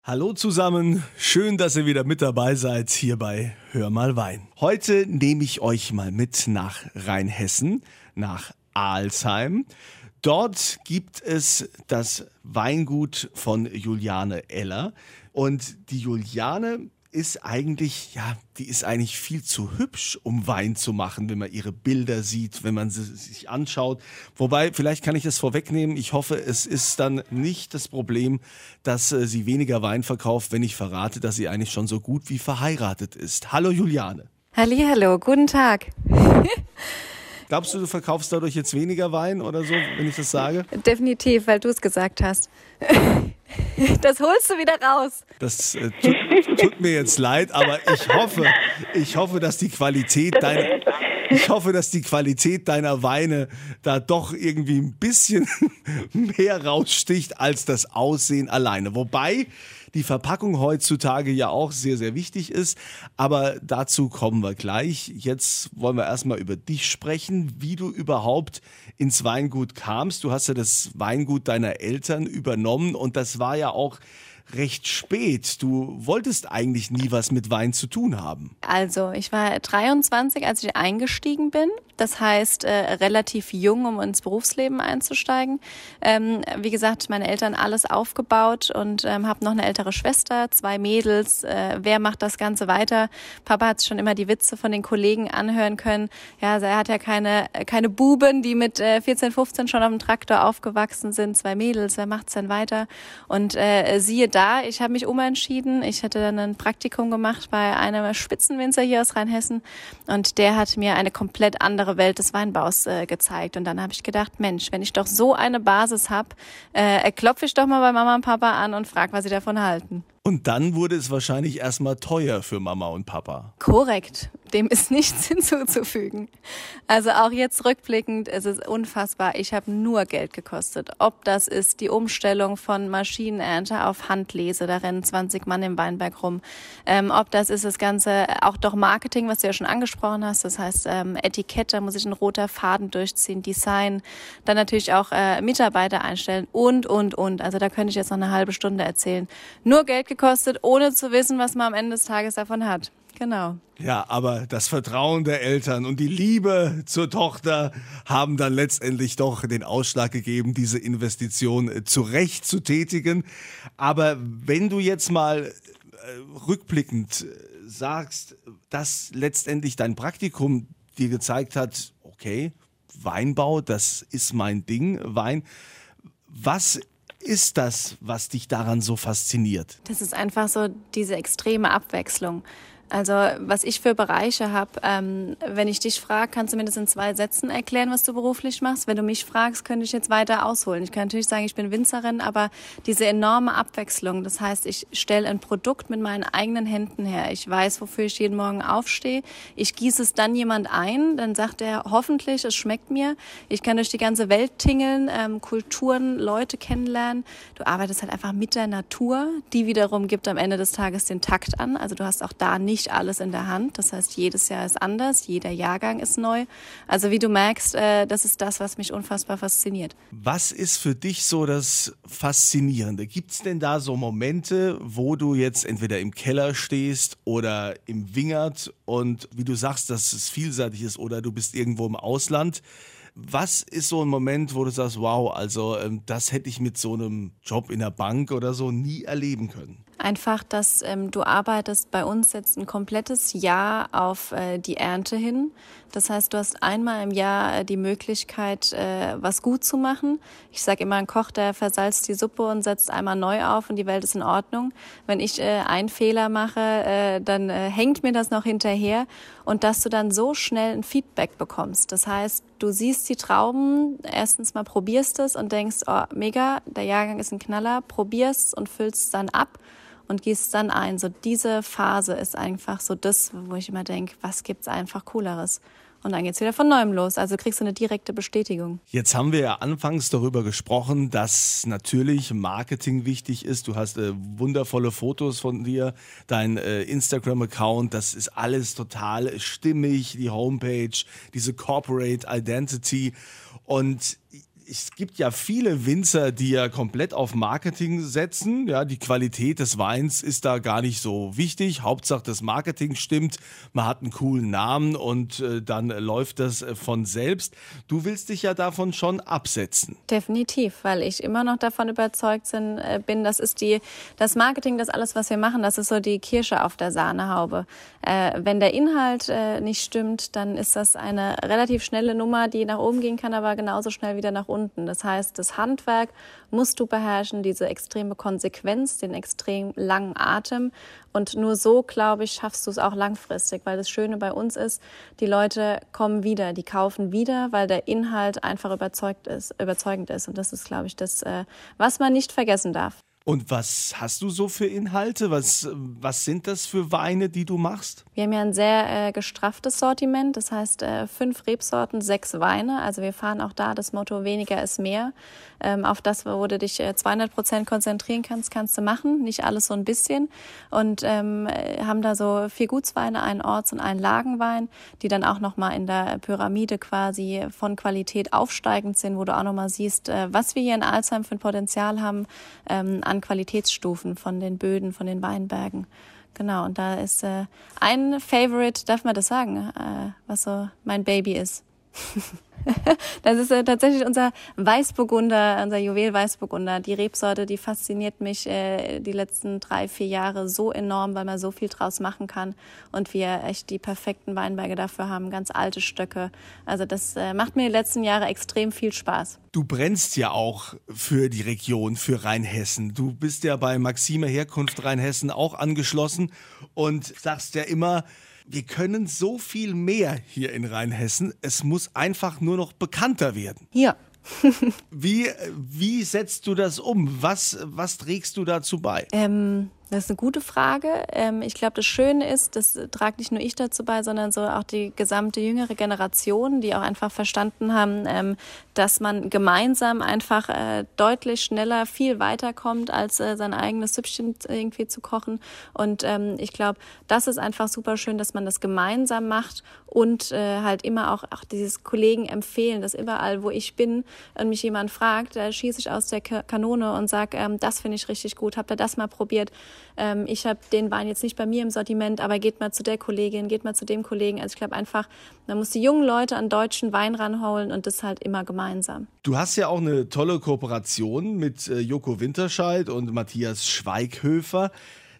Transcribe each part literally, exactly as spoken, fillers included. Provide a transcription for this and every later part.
Hallo zusammen, schön, dass ihr wieder mit dabei seid hier bei Hör mal Wein. Heute nehme ich euch mal mit nach Rheinhessen, nach Alzheim. Dort gibt es das Weingut von Juliane Eller und die Juliane ist eigentlich, ja, die ist eigentlich viel zu hübsch, um Wein zu machen, wenn man ihre Bilder sieht, wenn man sie sich anschaut. Wobei, vielleicht kann ich das vorwegnehmen, ich hoffe, es ist dann nicht das Problem, dass äh, sie weniger Wein verkauft, wenn ich verrate, dass sie eigentlich schon so gut wie verheiratet ist. Hallo Juliane. Hallihallo, guten Tag. Glaubst du, du verkaufst dadurch jetzt weniger Wein oder so, wenn ich das sage? Definitiv, weil du es gesagt hast. Das holst du wieder raus. Das äh, tut, tut mir jetzt leid, aber ich hoffe, ich hoffe, dass die Qualität deiner, ich hoffe, dass die Qualität deiner Weine da doch irgendwie ein bisschen mehr raussticht als das Aussehen alleine. Wobei die Verpackung heutzutage ja auch sehr, sehr wichtig ist. Aber dazu kommen wir gleich. Jetzt wollen wir erstmal über dich sprechen, wie du überhaupt ins Weingut kamst. Du hast ja das Weingut deiner Eltern übernommen und das war ja auch recht spät. Du wolltest eigentlich nie was mit Wein zu tun haben. Also, ich war dreiundzwanzig, als ich eingestiegen bin. Das heißt, äh, relativ jung, um ins Berufsleben einzusteigen. Ähm, wie gesagt, meine Eltern alles aufgebaut und ähm, habe noch eine ältere Schwester, zwei Mädels. Äh, wer macht das Ganze weiter? Papa hat schon immer die Witze von den Kollegen anhören können. Ja, also er hat ja keine keine Buben, die mit äh, vierzehn, fünfzehn schon auf dem Traktor aufgewachsen sind. Zwei Mädels, wer macht's denn weiter? Und äh, siehe da, ich habe mich umentschieden. Ich hatte dann ein Praktikum gemacht bei einem Spitzenwinzer hier aus Rheinhessen und der hat mir eine komplett andere Welt des Weinbaus äh, gezeigt. Und dann habe ich gedacht, Mensch, wenn ich doch so eine Basis habe, äh, klopfe ich doch mal bei Mama und Papa an und frage, was sie davon halten. Und dann wurde es wahrscheinlich erstmal teuer für Mama und Papa. Korrekt, dem ist nichts hinzuzufügen. Also auch jetzt rückblickend, es ist unfassbar. Ich habe nur Geld gekostet. Ob das ist die Umstellung von Maschinenernte auf Handlese, da rennen zwanzig Mann im Weinberg rum. Ähm, ob das ist das Ganze, auch doch Marketing, was du ja schon angesprochen hast. Das heißt ähm, Etikett, da muss ich ein roter Faden durchziehen, Design, dann natürlich auch äh, Mitarbeiter einstellen und, und, und. Also da könnte ich jetzt noch eine halbe Stunde erzählen. Nur Geld gekostet, ohne zu wissen, was man am Ende des Tages davon hat. Genau. Ja, aber das Vertrauen der Eltern und die Liebe zur Tochter haben dann letztendlich doch den Ausschlag gegeben, diese Investition zu Recht zu tätigen. Aber wenn du jetzt mal äh, rückblickend sagst, dass letztendlich dein Praktikum dir gezeigt hat, okay, Weinbau, das ist mein Ding, Wein, was ist das, was dich daran so fasziniert? Das ist einfach so diese extreme Abwechslung. Also was ich für Bereiche habe, ähm, wenn ich dich frage, kannst du mir das in zwei Sätzen erklären, was du beruflich machst? Wenn du mich fragst, könnte ich jetzt weiter ausholen. Ich kann natürlich sagen, ich bin Winzerin, aber diese enorme Abwechslung, das heißt, ich stelle ein Produkt mit meinen eigenen Händen her. Ich weiß, wofür ich jeden Morgen aufstehe. Ich gieße es dann jemand ein, dann sagt er, hoffentlich, es schmeckt mir. Ich kann durch die ganze Welt tingeln, ähm, Kulturen, Leute kennenlernen. Du arbeitest halt einfach mit der Natur. Die wiederum gibt am Ende des Tages den Takt an. Also du hast auch da nicht alles in der Hand. Das heißt, jedes Jahr ist anders, jeder Jahrgang ist neu. Also wie du merkst, äh, das ist das, was mich unfassbar fasziniert. Was ist für dich so das Faszinierende? Gibt es denn da so Momente, wo du jetzt entweder im Keller stehst oder im Wingert und wie du sagst, dass es vielseitig ist oder du bist irgendwo im Ausland? Was ist so ein Moment, wo du sagst, wow, also ähm, das hätte ich mit so einem Job in der Bank oder so nie erleben können? Einfach, dass ähm, du arbeitest bei uns jetzt ein komplettes Jahr auf äh, die Ernte hin. Das heißt, du hast einmal im Jahr äh, die Möglichkeit, äh, was gut zu machen. Ich sage immer, ein Koch, der versalzt die Suppe und setzt einmal neu auf und die Welt ist in Ordnung. Wenn ich äh, einen Fehler mache, äh, dann äh, hängt mir das noch hinterher. Und dass du dann so schnell ein Feedback bekommst. Das heißt, du siehst die Trauben, erstens mal probierst es und denkst, oh mega, der Jahrgang ist ein Knaller, probierst und füllst es dann ab und gießt dann ein. So diese Phase ist einfach so das, wo ich immer denke, was gibt's einfach Cooleres? Und dann geht's wieder von Neuem los. Also kriegst du eine direkte Bestätigung. Jetzt haben wir ja anfangs darüber gesprochen, dass natürlich Marketing wichtig ist. Du hast äh, wundervolle Fotos von dir, dein äh, Instagram-Account, das ist alles total stimmig, die Homepage, diese Corporate Identity. Und es gibt ja viele Winzer, die ja komplett auf Marketing setzen. Ja, die Qualität des Weins ist da gar nicht so wichtig. Hauptsache das Marketing stimmt, man hat einen coolen Namen und äh, dann läuft das äh, von selbst. Du willst dich ja davon schon absetzen. Definitiv, weil ich immer noch davon überzeugt sind, äh, bin, das ist die, das Marketing, das alles, was wir machen, das ist so die Kirsche auf der Sahnehaube. Äh, wenn der Inhalt äh, nicht stimmt, dann ist das eine relativ schnelle Nummer, die nach oben gehen kann, aber genauso schnell wieder nach unten. Das heißt, das Handwerk musst du beherrschen, diese extreme Konsequenz, den extrem langen Atem. Und nur so, glaube ich, schaffst du es auch langfristig, weil das Schöne bei uns ist, die Leute kommen wieder, die kaufen wieder, weil der Inhalt einfach überzeugt ist, überzeugend ist. Und das ist, glaube ich, das, äh, was man nicht vergessen darf. Und was hast du so für Inhalte? Was, was sind das für Weine, die du machst? Wir haben ja ein sehr äh, gestrafftes Sortiment, das heißt äh, fünf Rebsorten, sechs Weine. Also wir fahren auch da das Motto weniger ist mehr. Ähm, auf das, wo du dich äh, zweihundert Prozent konzentrieren kannst, kannst du machen, nicht alles so ein bisschen. Und ähm, haben da so vier Gutsweine, einen Orts- und einen Lagenwein, die dann auch nochmal in der Pyramide quasi von Qualität aufsteigend sind, wo du auch nochmal siehst, äh, was wir hier in Alzheim für ein Potenzial haben, ähm, an Qualitätsstufen von den Böden, von den Weinbergen. Genau, und da ist äh, ein Favorite, darf man das sagen, äh, was so mein Baby ist. Das ist äh, tatsächlich unser Weißburgunder, unser Juwel Weißburgunder. Die Rebsorte, die fasziniert mich äh, die letzten drei, vier Jahre so enorm, weil man so viel draus machen kann und wir echt die perfekten Weinberge dafür haben, ganz alte Stöcke. Also das äh, macht mir die letzten Jahre extrem viel Spaß. Du brennst ja auch für die Region, für Rheinhessen. Du bist ja bei Maxime Herkunft Rheinhessen auch angeschlossen und sagst ja immer, wir können so viel mehr hier in Rheinhessen. Es muss einfach nur noch bekannter werden. Ja. wie, wie setzt du das um? Was, was trägst du dazu bei? Ähm, das ist eine gute Frage. Ähm, ich glaube, das Schöne ist, das trage nicht nur ich dazu bei, sondern so auch die gesamte jüngere Generation, die auch einfach verstanden haben, ähm, dass man gemeinsam einfach äh, deutlich schneller viel weiterkommt, als äh, sein eigenes Süppchen irgendwie zu kochen. Und ähm, ich glaube, das ist einfach super schön, dass man das gemeinsam macht und äh, halt immer auch, auch dieses Kollegen empfehlen, dass überall, wo ich bin und mich jemand fragt, da schieße ich aus der Kanone und sage, ähm, das finde ich richtig gut, habt ihr das mal probiert? Ähm, ich habe den Wein jetzt nicht bei mir im Sortiment, aber geht mal zu der Kollegin, geht mal zu dem Kollegen. Also ich glaube einfach, man muss die jungen Leute an deutschen Wein ranholen und das halt immer gemeinsam. Du hast ja auch eine tolle Kooperation mit äh, Joko Winterscheid und Matthias Schweighöfer.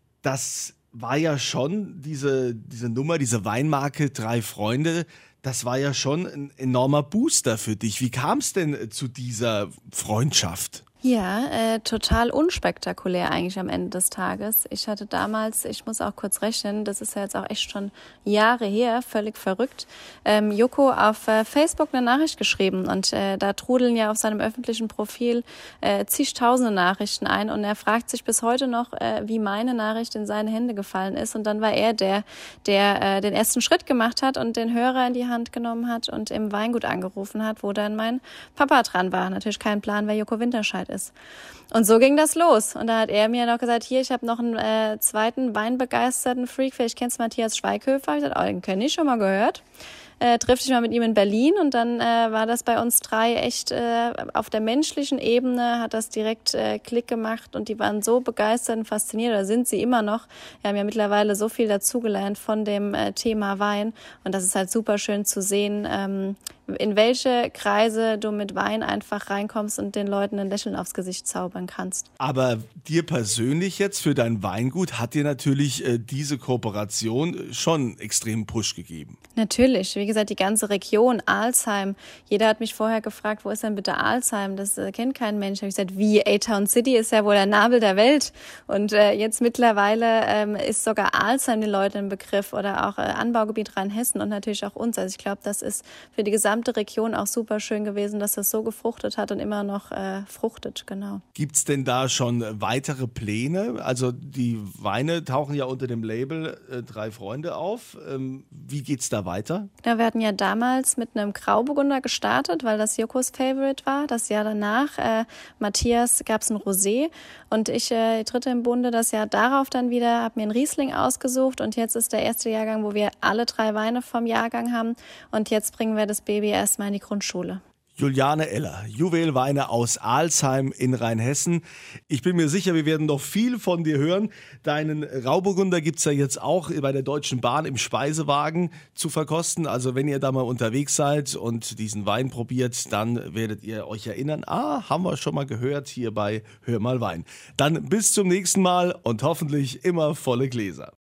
Das war ja schon diese, diese Nummer, diese Weinmarke Drei Freunde, das war ja schon ein enormer Booster für dich. Wie kam es denn zu dieser Freundschaft? Ja, äh, total unspektakulär eigentlich am Ende des Tages. Ich hatte damals, ich muss auch kurz rechnen, das ist ja jetzt auch echt schon Jahre her, völlig verrückt, ähm, Joko auf äh, Facebook eine Nachricht geschrieben und äh, da trudeln ja auf seinem öffentlichen Profil äh, zigtausende Nachrichten ein und er fragt sich bis heute noch, äh, wie meine Nachricht in seine Hände gefallen ist und dann war er der, der äh, den ersten Schritt gemacht hat und den Hörer in die Hand genommen hat und im Weingut angerufen hat, wo dann mein Papa dran war. Natürlich kein Plan, wer Joko Winterscheid ist. Und so ging das los. Und da hat er mir noch gesagt, hier, ich habe noch einen äh, zweiten weinbegeisterten Freak, vielleicht kennst du Matthias Schweighöfer. Ich sagte, oh, den kenne ich, schon mal gehört. Äh, triff dich mal mit ihm in Berlin und dann äh, war das bei uns drei echt äh, auf der menschlichen Ebene, hat das direkt äh, Klick gemacht und die waren so begeistert und fasziniert, oder sind sie immer noch. Wir haben ja mittlerweile so viel dazugelernt von dem äh, Thema Wein und das ist halt super schön zu sehen, ähm, in welche Kreise du mit Wein einfach reinkommst und den Leuten ein Lächeln aufs Gesicht zaubern kannst. Aber dir persönlich jetzt für dein Weingut hat dir natürlich äh, diese Kooperation schon extremen Push gegeben. Natürlich, wie gesagt, die ganze Region, Alzheim. Jeder hat mich vorher gefragt, wo ist denn bitte Alzheim? Das äh, kennt kein Mensch. Da habe ich gesagt, wie, A-Town City ist ja wohl der Nabel der Welt. Und äh, jetzt mittlerweile ähm, ist sogar Alzheim den Leuten ein Begriff oder auch äh, Anbaugebiet Rheinhessen und natürlich auch uns. Also ich glaube, das ist für die gesamte Region auch super schön gewesen, dass das so gefruchtet hat und immer noch äh, fruchtet, genau. Gibt's denn da schon weitere Pläne? Also die Weine tauchen ja unter dem Label äh, Drei Freunde auf. Ähm, wie geht's da weiter? Ja, wir hatten ja damals mit einem Grauburgunder gestartet, weil das Jokos Favorite war. Das Jahr danach, äh, Matthias, gab's ein Rosé und ich, äh, die dritte im Bunde, das Jahr darauf dann wieder, habe mir einen Riesling ausgesucht und jetzt ist der erste Jahrgang, wo wir alle drei Weine vom Jahrgang haben und jetzt bringen wir das Baby erstmal in die Grundschule. Juliane Eller, Juwelweine aus Alsheim in Rheinhessen. Ich bin mir sicher, wir werden noch viel von dir hören. Deinen Rauburgunder gibt es ja jetzt auch bei der Deutschen Bahn im Speisewagen zu verkosten. Also wenn ihr da mal unterwegs seid und diesen Wein probiert, dann werdet ihr euch erinnern, ah, haben wir schon mal gehört hier bei Hör mal Wein. Dann bis zum nächsten Mal und hoffentlich immer volle Gläser.